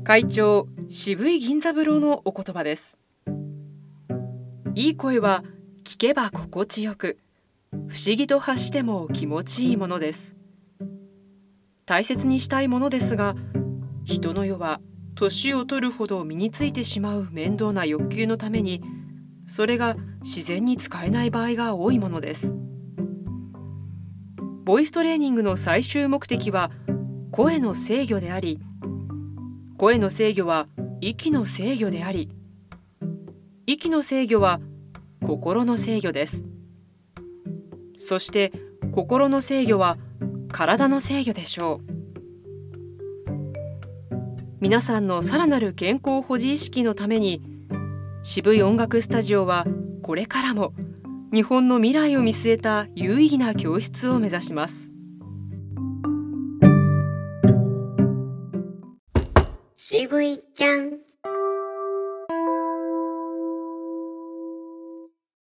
会長渋井銀三郎のお言葉です。いい声は聞けば心地よく、不思議と発しても気持ちいいものです。大切にしたいものですが、人の世は年を取るほど身についてしまう面倒な欲求のために、それが自然に使えない場合が多いものです。ボイストレーニングの最終目的は声の制御であり、声の制御は息の制御であり、息の制御は心の制御です。そして心の制御は体の制御でしょう。皆さんのさらなる健康保持意識のために、渋い音楽スタジオはこれからも日本の未来を見据えた有意義な教室を目指します。 渋いちゃん。